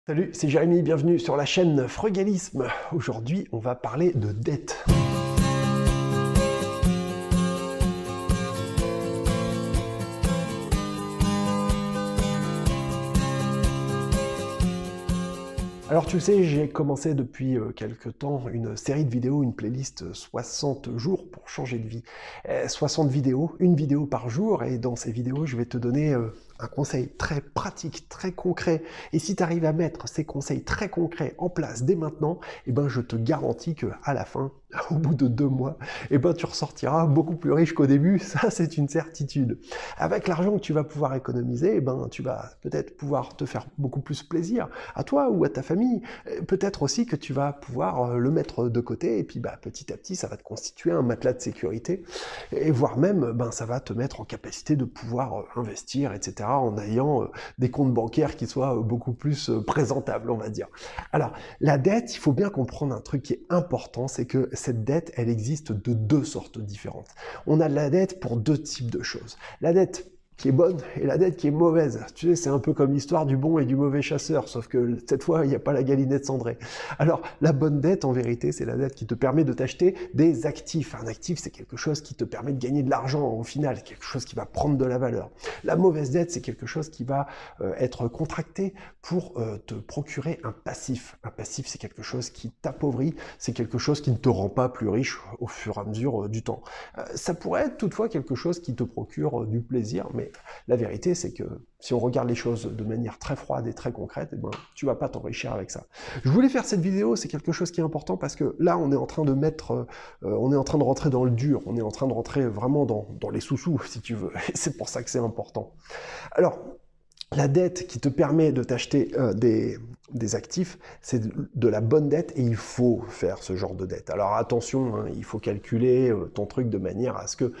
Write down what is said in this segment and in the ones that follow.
Salut, c'est Jérémy, bienvenue sur la chaîne Frugalisme. Aujourd'hui, on va parler de dette. Alors tu le sais, j'ai commencé depuis quelques temps une série de vidéos, une playlist 60 jours pour changer de vie. 60 vidéos, une vidéo par jour, et dans ces vidéos, je vais te donner un conseil très pratique, très concret. Et si tu arrives à mettre ces conseils très concrets en place dès maintenant, eh ben, je te garantis qu'à la fin, au bout de 2 mois, eh ben, tu ressortiras beaucoup plus riche qu'au début, ça c'est une certitude. Avec l'argent que tu vas pouvoir économiser, eh ben, tu vas peut-être pouvoir te faire beaucoup plus plaisir à toi ou à ta famille. Peut-être aussi que tu vas pouvoir le mettre de côté et puis bah, petit à petit ça va te constituer un matelas de sécurité et voire même ben, ça va te mettre en capacité de pouvoir investir, etc. en ayant des comptes bancaires qui soient beaucoup plus présentables, on va dire. Alors, la dette, il faut bien comprendre un truc qui est important, c'est que cette dette, elle existe de 2 sortes différentes. On a de la dette pour 2 types de choses. La dette qui est bonne et la dette qui est mauvaise. Tu sais, c'est un peu comme l'histoire du bon et du mauvais chasseur, sauf que cette fois, il n'y a pas la galinette cendrée. Alors, la bonne dette, en vérité, c'est la dette qui te permet de t'acheter des actifs. Un actif, c'est quelque chose qui te permet de gagner de l'argent au final, quelque chose qui va prendre de la valeur. La mauvaise dette, c'est quelque chose qui va être contracté pour te procurer un passif. Un passif, c'est quelque chose qui t'appauvrit, c'est quelque chose qui ne te rend pas plus riche au fur et à mesure du temps. Ça pourrait être toutefois quelque chose qui te procure du plaisir, mais la vérité, c'est que si on regarde les choses de manière très froide et très concrète, eh ben, tu vas pas t'enrichir avec ça. Je voulais faire cette vidéo, c'est quelque chose qui est important parce que là, on est en train de on est en train de rentrer dans le dur, on est en train de rentrer vraiment dans les sous-sous, si tu veux. Et c'est pour ça que c'est important. Alors, la dette qui te permet de t'acheter des actifs, c'est de la bonne dette et il faut faire ce genre de dette. Alors attention, hein, il faut calculer ton truc de manière à ce que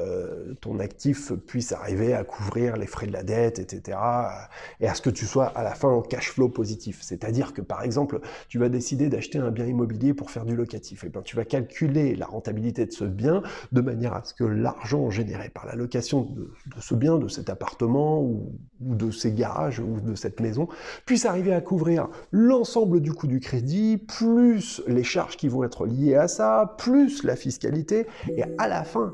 ton actif puisse arriver à couvrir les frais de la dette, etc. Et à ce que tu sois à la fin en cash flow positif. C'est-à-dire que par exemple, tu vas décider d'acheter un bien immobilier pour faire du locatif. Et bien tu vas calculer la rentabilité de ce bien de manière à ce que l'argent généré par la location de ce bien, de cet appartement ou de ces garages ou de cette maison, puisse arriver à couvrir l'ensemble du coût du crédit, plus les charges qui vont être liées à ça, plus la fiscalité, et à la fin,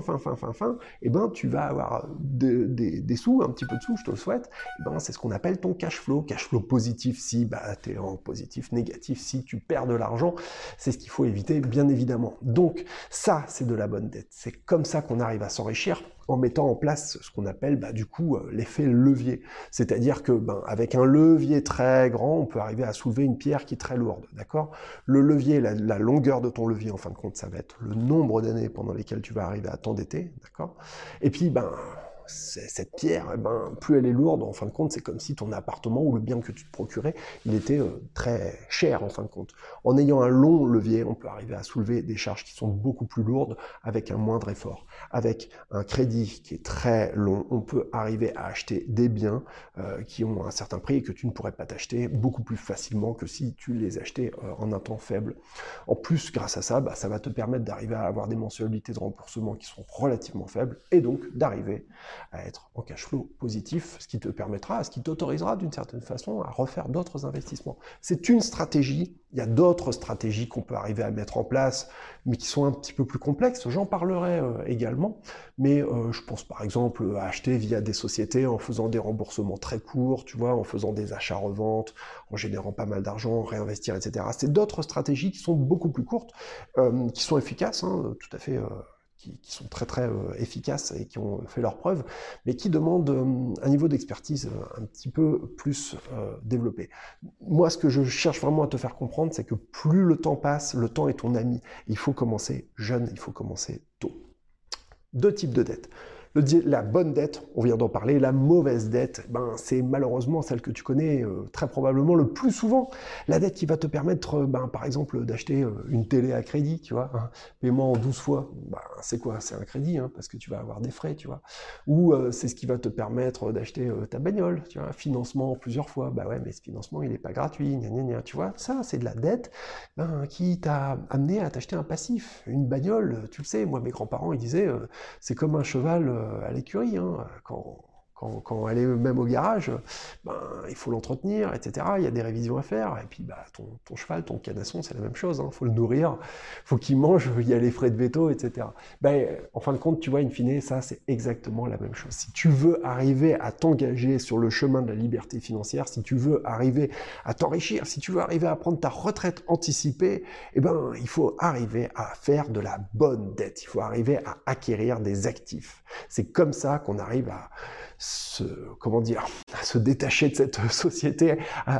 eh ben, tu vas avoir des sous, un petit peu de sous, je te le souhaite, eh ben, c'est ce qu'on appelle ton cash flow positif si bah, tu es en positif, négatif si tu perds de l'argent, c'est ce qu'il faut éviter, bien évidemment. Donc ça, c'est de la bonne dette, c'est comme ça qu'on arrive à s'enrichir, en mettant en place ce qu'on appelle bah, du coup l'effet levier. C'est-à-dire que avec un levier très grand, on peut arriver à soulever une pierre qui est très lourde, d'accord? Le levier, la longueur de ton levier, en fin de compte, ça va être le nombre d'années pendant lesquelles tu vas arriver à t'endetter, d'accord? Et puis, cette pierre, plus elle est lourde, en fin de compte, c'est comme si ton appartement ou le bien que tu te procurais, il était très cher, en fin de compte. En ayant un long levier, on peut arriver à soulever des charges qui sont beaucoup plus lourdes avec un moindre effort. Avec un crédit qui est très long, on peut arriver à acheter des biens qui ont un certain prix et que tu ne pourrais pas t'acheter beaucoup plus facilement que si tu les achetais en un temps faible. En plus, grâce à ça, ça va te permettre d'arriver à avoir des mensualités de remboursement qui sont relativement faibles et donc d'arriver à être en cash flow positif, ce qui te permettra, ce qui t'autorisera d'une certaine façon à refaire d'autres investissements. C'est une stratégie, il y a d'autres stratégies qu'on peut arriver à mettre en place, mais qui sont un petit peu plus complexes, j'en parlerai également, mais je pense par exemple à acheter via des sociétés en faisant des remboursements très courts, tu vois, en faisant des achats-reventes, en générant pas mal d'argent, réinvestir, etc. C'est d'autres stratégies qui sont beaucoup plus courtes, qui sont efficaces, hein, tout à fait qui sont très très efficaces et qui ont fait leurs preuves, mais qui demandent un niveau d'expertise un petit peu plus développé. Moi, ce que je cherche vraiment à te faire comprendre, c'est que plus le temps passe, le temps est ton ami. Il faut commencer jeune, il faut commencer tôt. 2 types de dettes. La bonne dette, on vient d'en parler, la mauvaise dette, c'est malheureusement celle que tu connais très probablement le plus souvent. La dette qui va te permettre, par exemple, d'acheter une télé à crédit, tu vois, hein, paiement en 12 fois, c'est quoi? C'est un crédit, hein, parce que tu vas avoir des frais, tu vois. Ou c'est ce qui va te permettre d'acheter ta bagnole, tu vois, financement en plusieurs fois. Bah ouais, mais ce financement, il n'est pas gratuit, gna gna gna, tu vois. Ça, c'est de la dette qui t'a amené à t'acheter un passif. Une bagnole, tu le sais, moi, mes grands-parents, ils disaient, c'est comme un cheval à l'écurie, hein, Quand elle est même au garage, ben, il faut l'entretenir, etc. Il y a des révisions à faire. Et puis bah, ton cheval, ton canasson, c'est la même chose. Il faut le nourrir, il faut qu'il mange, il y a les frais de veto, etc. Ben, en fin de compte, tu vois, in fine, ça, c'est exactement la même chose. Si tu veux arriver à t'engager sur le chemin de la liberté financière, si tu veux arriver à t'enrichir, si tu veux arriver à prendre ta retraite anticipée, eh ben, il faut arriver à faire de la bonne dette. Il faut arriver à acquérir des actifs. C'est comme ça qu'on arrive à à se détacher de cette société,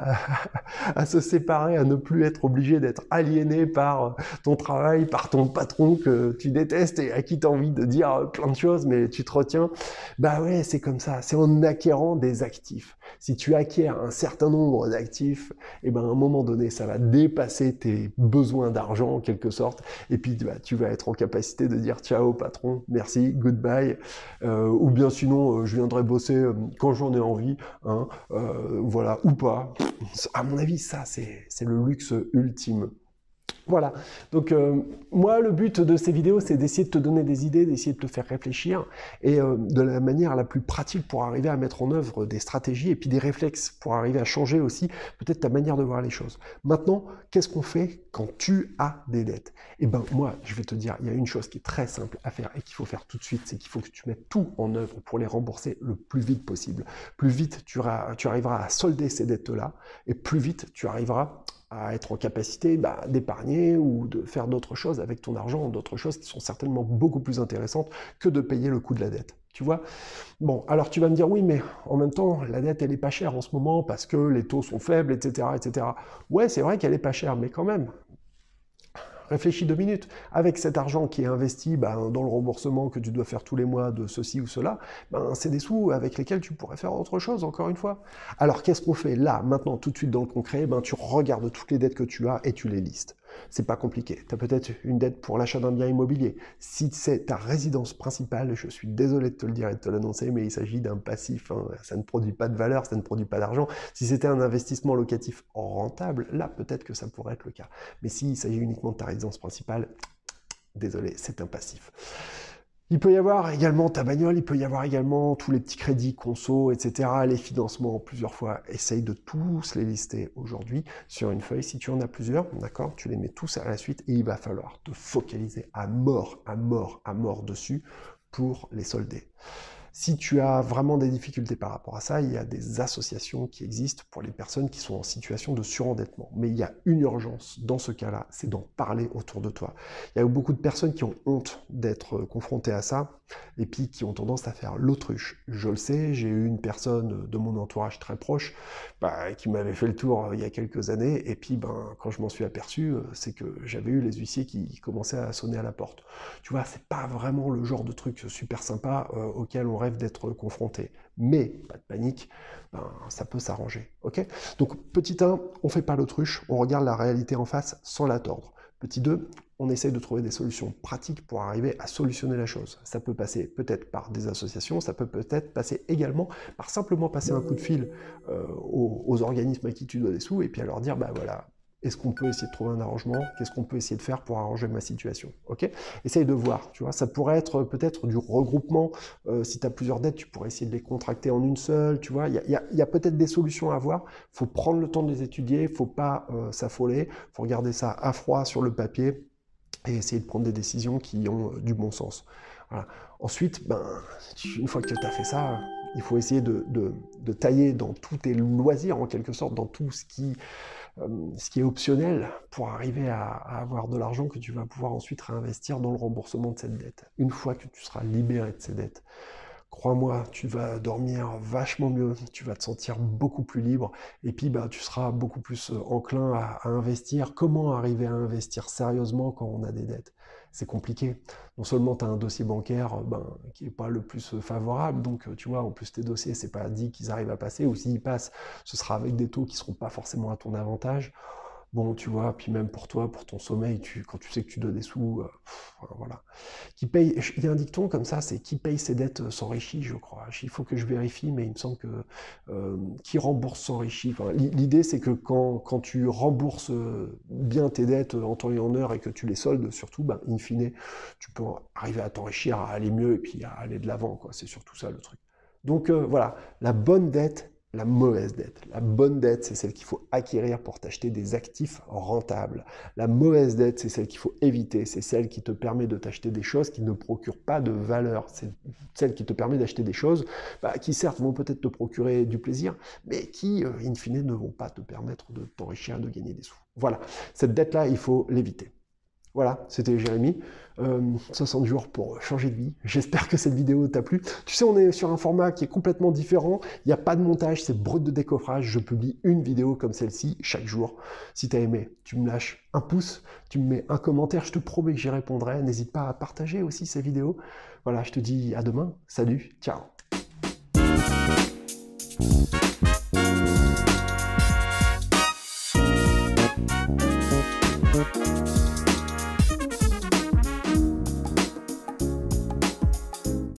à se séparer, à ne plus être obligé d'être aliéné par ton travail, par ton patron que tu détestes et à qui tu as envie de dire plein de choses, mais tu te retiens. Bah ouais, c'est comme ça, c'est en acquérant des actifs. Si tu acquiers un certain nombre d'actifs, et ben à un moment donné, ça va dépasser tes besoins d'argent en quelque sorte, et puis bah, tu vas être en capacité de dire ciao patron, merci, goodbye, ou bien sinon je viendrai bosser quand j'en ai envie, hein, voilà, ou pas. À mon avis, ça c'est le luxe ultime. Voilà, donc moi le but de ces vidéos c'est d'essayer de te donner des idées, d'essayer de te faire réfléchir et de la manière la plus pratique pour arriver à mettre en œuvre des stratégies et puis des réflexes pour arriver à changer aussi peut-être ta manière de voir les choses. Maintenant, qu'est-ce qu'on fait quand tu as des dettes? Eh ben moi je vais te dire, il y a une chose qui est très simple à faire et qu'il faut faire tout de suite, c'est qu'il faut que tu mettes tout en œuvre pour les rembourser le plus vite possible. Plus vite tu arriveras à solder ces dettes-là et plus vite tu arriveras à être en capacité d'épargner ou de faire d'autres choses avec ton argent, d'autres choses qui sont certainement beaucoup plus intéressantes que de payer le coût de la dette. Tu vois? Bon, alors tu vas me dire, oui, mais en même temps, la dette, elle est pas chère en ce moment parce que les taux sont faibles, etc., etc. Ouais, c'est vrai qu'elle est pas chère, mais quand même, réfléchis 2 minutes. Avec cet argent qui est investi dans le remboursement que tu dois faire tous les mois de ceci ou cela, c'est des sous avec lesquels tu pourrais faire autre chose, encore une fois. Alors qu'est-ce qu'on fait là, maintenant, tout de suite dans le concret? Tu regardes toutes les dettes que tu as et tu les listes. C'est pas compliqué. Tu as peut-être une dette pour l'achat d'un bien immobilier. Si c'est ta résidence principale, je suis désolé de te le dire et de te l'annoncer, mais il s'agit d'un passif. Hein. Ça ne produit pas de valeur, ça ne produit pas d'argent. Si c'était un investissement locatif rentable, là, peut-être que ça pourrait être le cas. Mais s'il s'agit uniquement de ta résidence principale, désolé, c'est un passif. Il peut y avoir également ta bagnole, il peut y avoir également tous les petits crédits, conso, etc., les financements plusieurs fois. Essaye de tous les lister aujourd'hui sur une feuille. Si tu en as plusieurs, d'accord, tu les mets tous à la suite et il va falloir te focaliser à mort, à mort, à mort dessus pour les solder. Si tu as vraiment des difficultés par rapport à ça, il y a des associations qui existent pour les personnes qui sont en situation de surendettement. Mais il y a une urgence dans ce cas-là, c'est d'en parler autour de toi. Il y a beaucoup de personnes qui ont honte d'être confrontées à ça et puis qui ont tendance à faire l'autruche. Je le sais, j'ai eu une personne de mon entourage très proche qui m'avait fait le tour il y a quelques années et puis quand je m'en suis aperçu, c'est que j'avais eu les huissiers qui commençaient à sonner à la porte. Tu vois, c'est pas vraiment le genre de truc super sympa auquel on rêve d'être confronté. Mais, pas de panique, ça peut s'arranger. Ok? Donc, petit 1, on fait pas l'autruche, on regarde la réalité en face sans la tordre. Petit 2, on essaye de trouver des solutions pratiques pour arriver à solutionner la chose. Ça peut passer peut-être par des associations, ça peut peut-être passer également par simplement passer un coup de fil aux organismes à qui tu dois des sous et puis à leur dire, voilà, est-ce qu'on peut essayer de trouver un arrangement? Qu'est-ce qu'on peut essayer de faire pour arranger ma situation? Ok? Essaye de voir, tu vois. Ça pourrait être peut-être du regroupement. Si tu as plusieurs dettes, tu pourrais essayer de les contracter en une seule, tu vois. Il y a peut-être des solutions à avoir. Il faut prendre le temps de les étudier. Il ne faut pas s'affoler. Il faut regarder ça à froid sur le papier et essayer de prendre des décisions qui ont du bon sens. Voilà. Ensuite, une fois que tu as fait ça, il faut essayer de tailler dans tous tes loisirs, en quelque sorte, dans tout ce qui est optionnel pour arriver à avoir de l'argent que tu vas pouvoir ensuite réinvestir dans le remboursement de cette dette. Une fois que tu seras libéré de ces dettes, crois-moi, tu vas dormir vachement mieux, tu vas te sentir beaucoup plus libre, et puis tu seras beaucoup plus enclin à investir. Comment arriver à investir sérieusement quand on a des dettes? C'est compliqué. Non seulement tu as un dossier bancaire qui n'est pas le plus favorable, donc tu vois, en plus tes dossiers, c'est pas dit qu'ils arrivent à passer, ou s'ils passent, ce sera avec des taux qui ne seront pas forcément à ton avantage. Bon, tu vois, puis même pour toi, pour ton sommeil, quand tu sais que tu dois des sous, voilà. Il y a un dicton comme ça, c'est qui paye ses dettes s'enrichit, je crois. Il faut que je vérifie, mais il me semble que qui rembourse s'enrichit. Enfin, l'idée, c'est que quand tu rembourses bien tes dettes en temps et en heure et que tu les soldes, surtout, in fine, tu peux arriver à t'enrichir, à aller mieux et puis à aller de l'avant, quoi. C'est surtout ça le truc. Donc voilà, la bonne dette, la mauvaise dette. La bonne dette, c'est celle qu'il faut acquérir pour t'acheter des actifs rentables. La mauvaise dette, c'est celle qu'il faut éviter. C'est celle qui te permet de t'acheter des choses qui ne procurent pas de valeur. C'est celle qui te permet d'acheter des choses qui certes vont peut-être te procurer du plaisir, mais qui, in fine, ne vont pas te permettre de t'enrichir et de gagner des sous. Voilà, cette dette-là, il faut l'éviter. Voilà, c'était Jérémy. 60 jours pour changer de vie. J'espère que cette vidéo t'a plu. Tu sais, on est sur un format qui est complètement différent. Il n'y a pas de montage, c'est brut de décoffrage. Je publie une vidéo comme celle-ci chaque jour. Si tu as aimé, tu me lâches un pouce, tu me mets un commentaire, je te promets que j'y répondrai. N'hésite pas à partager aussi ces vidéos. Voilà, je te dis à demain. Salut, ciao.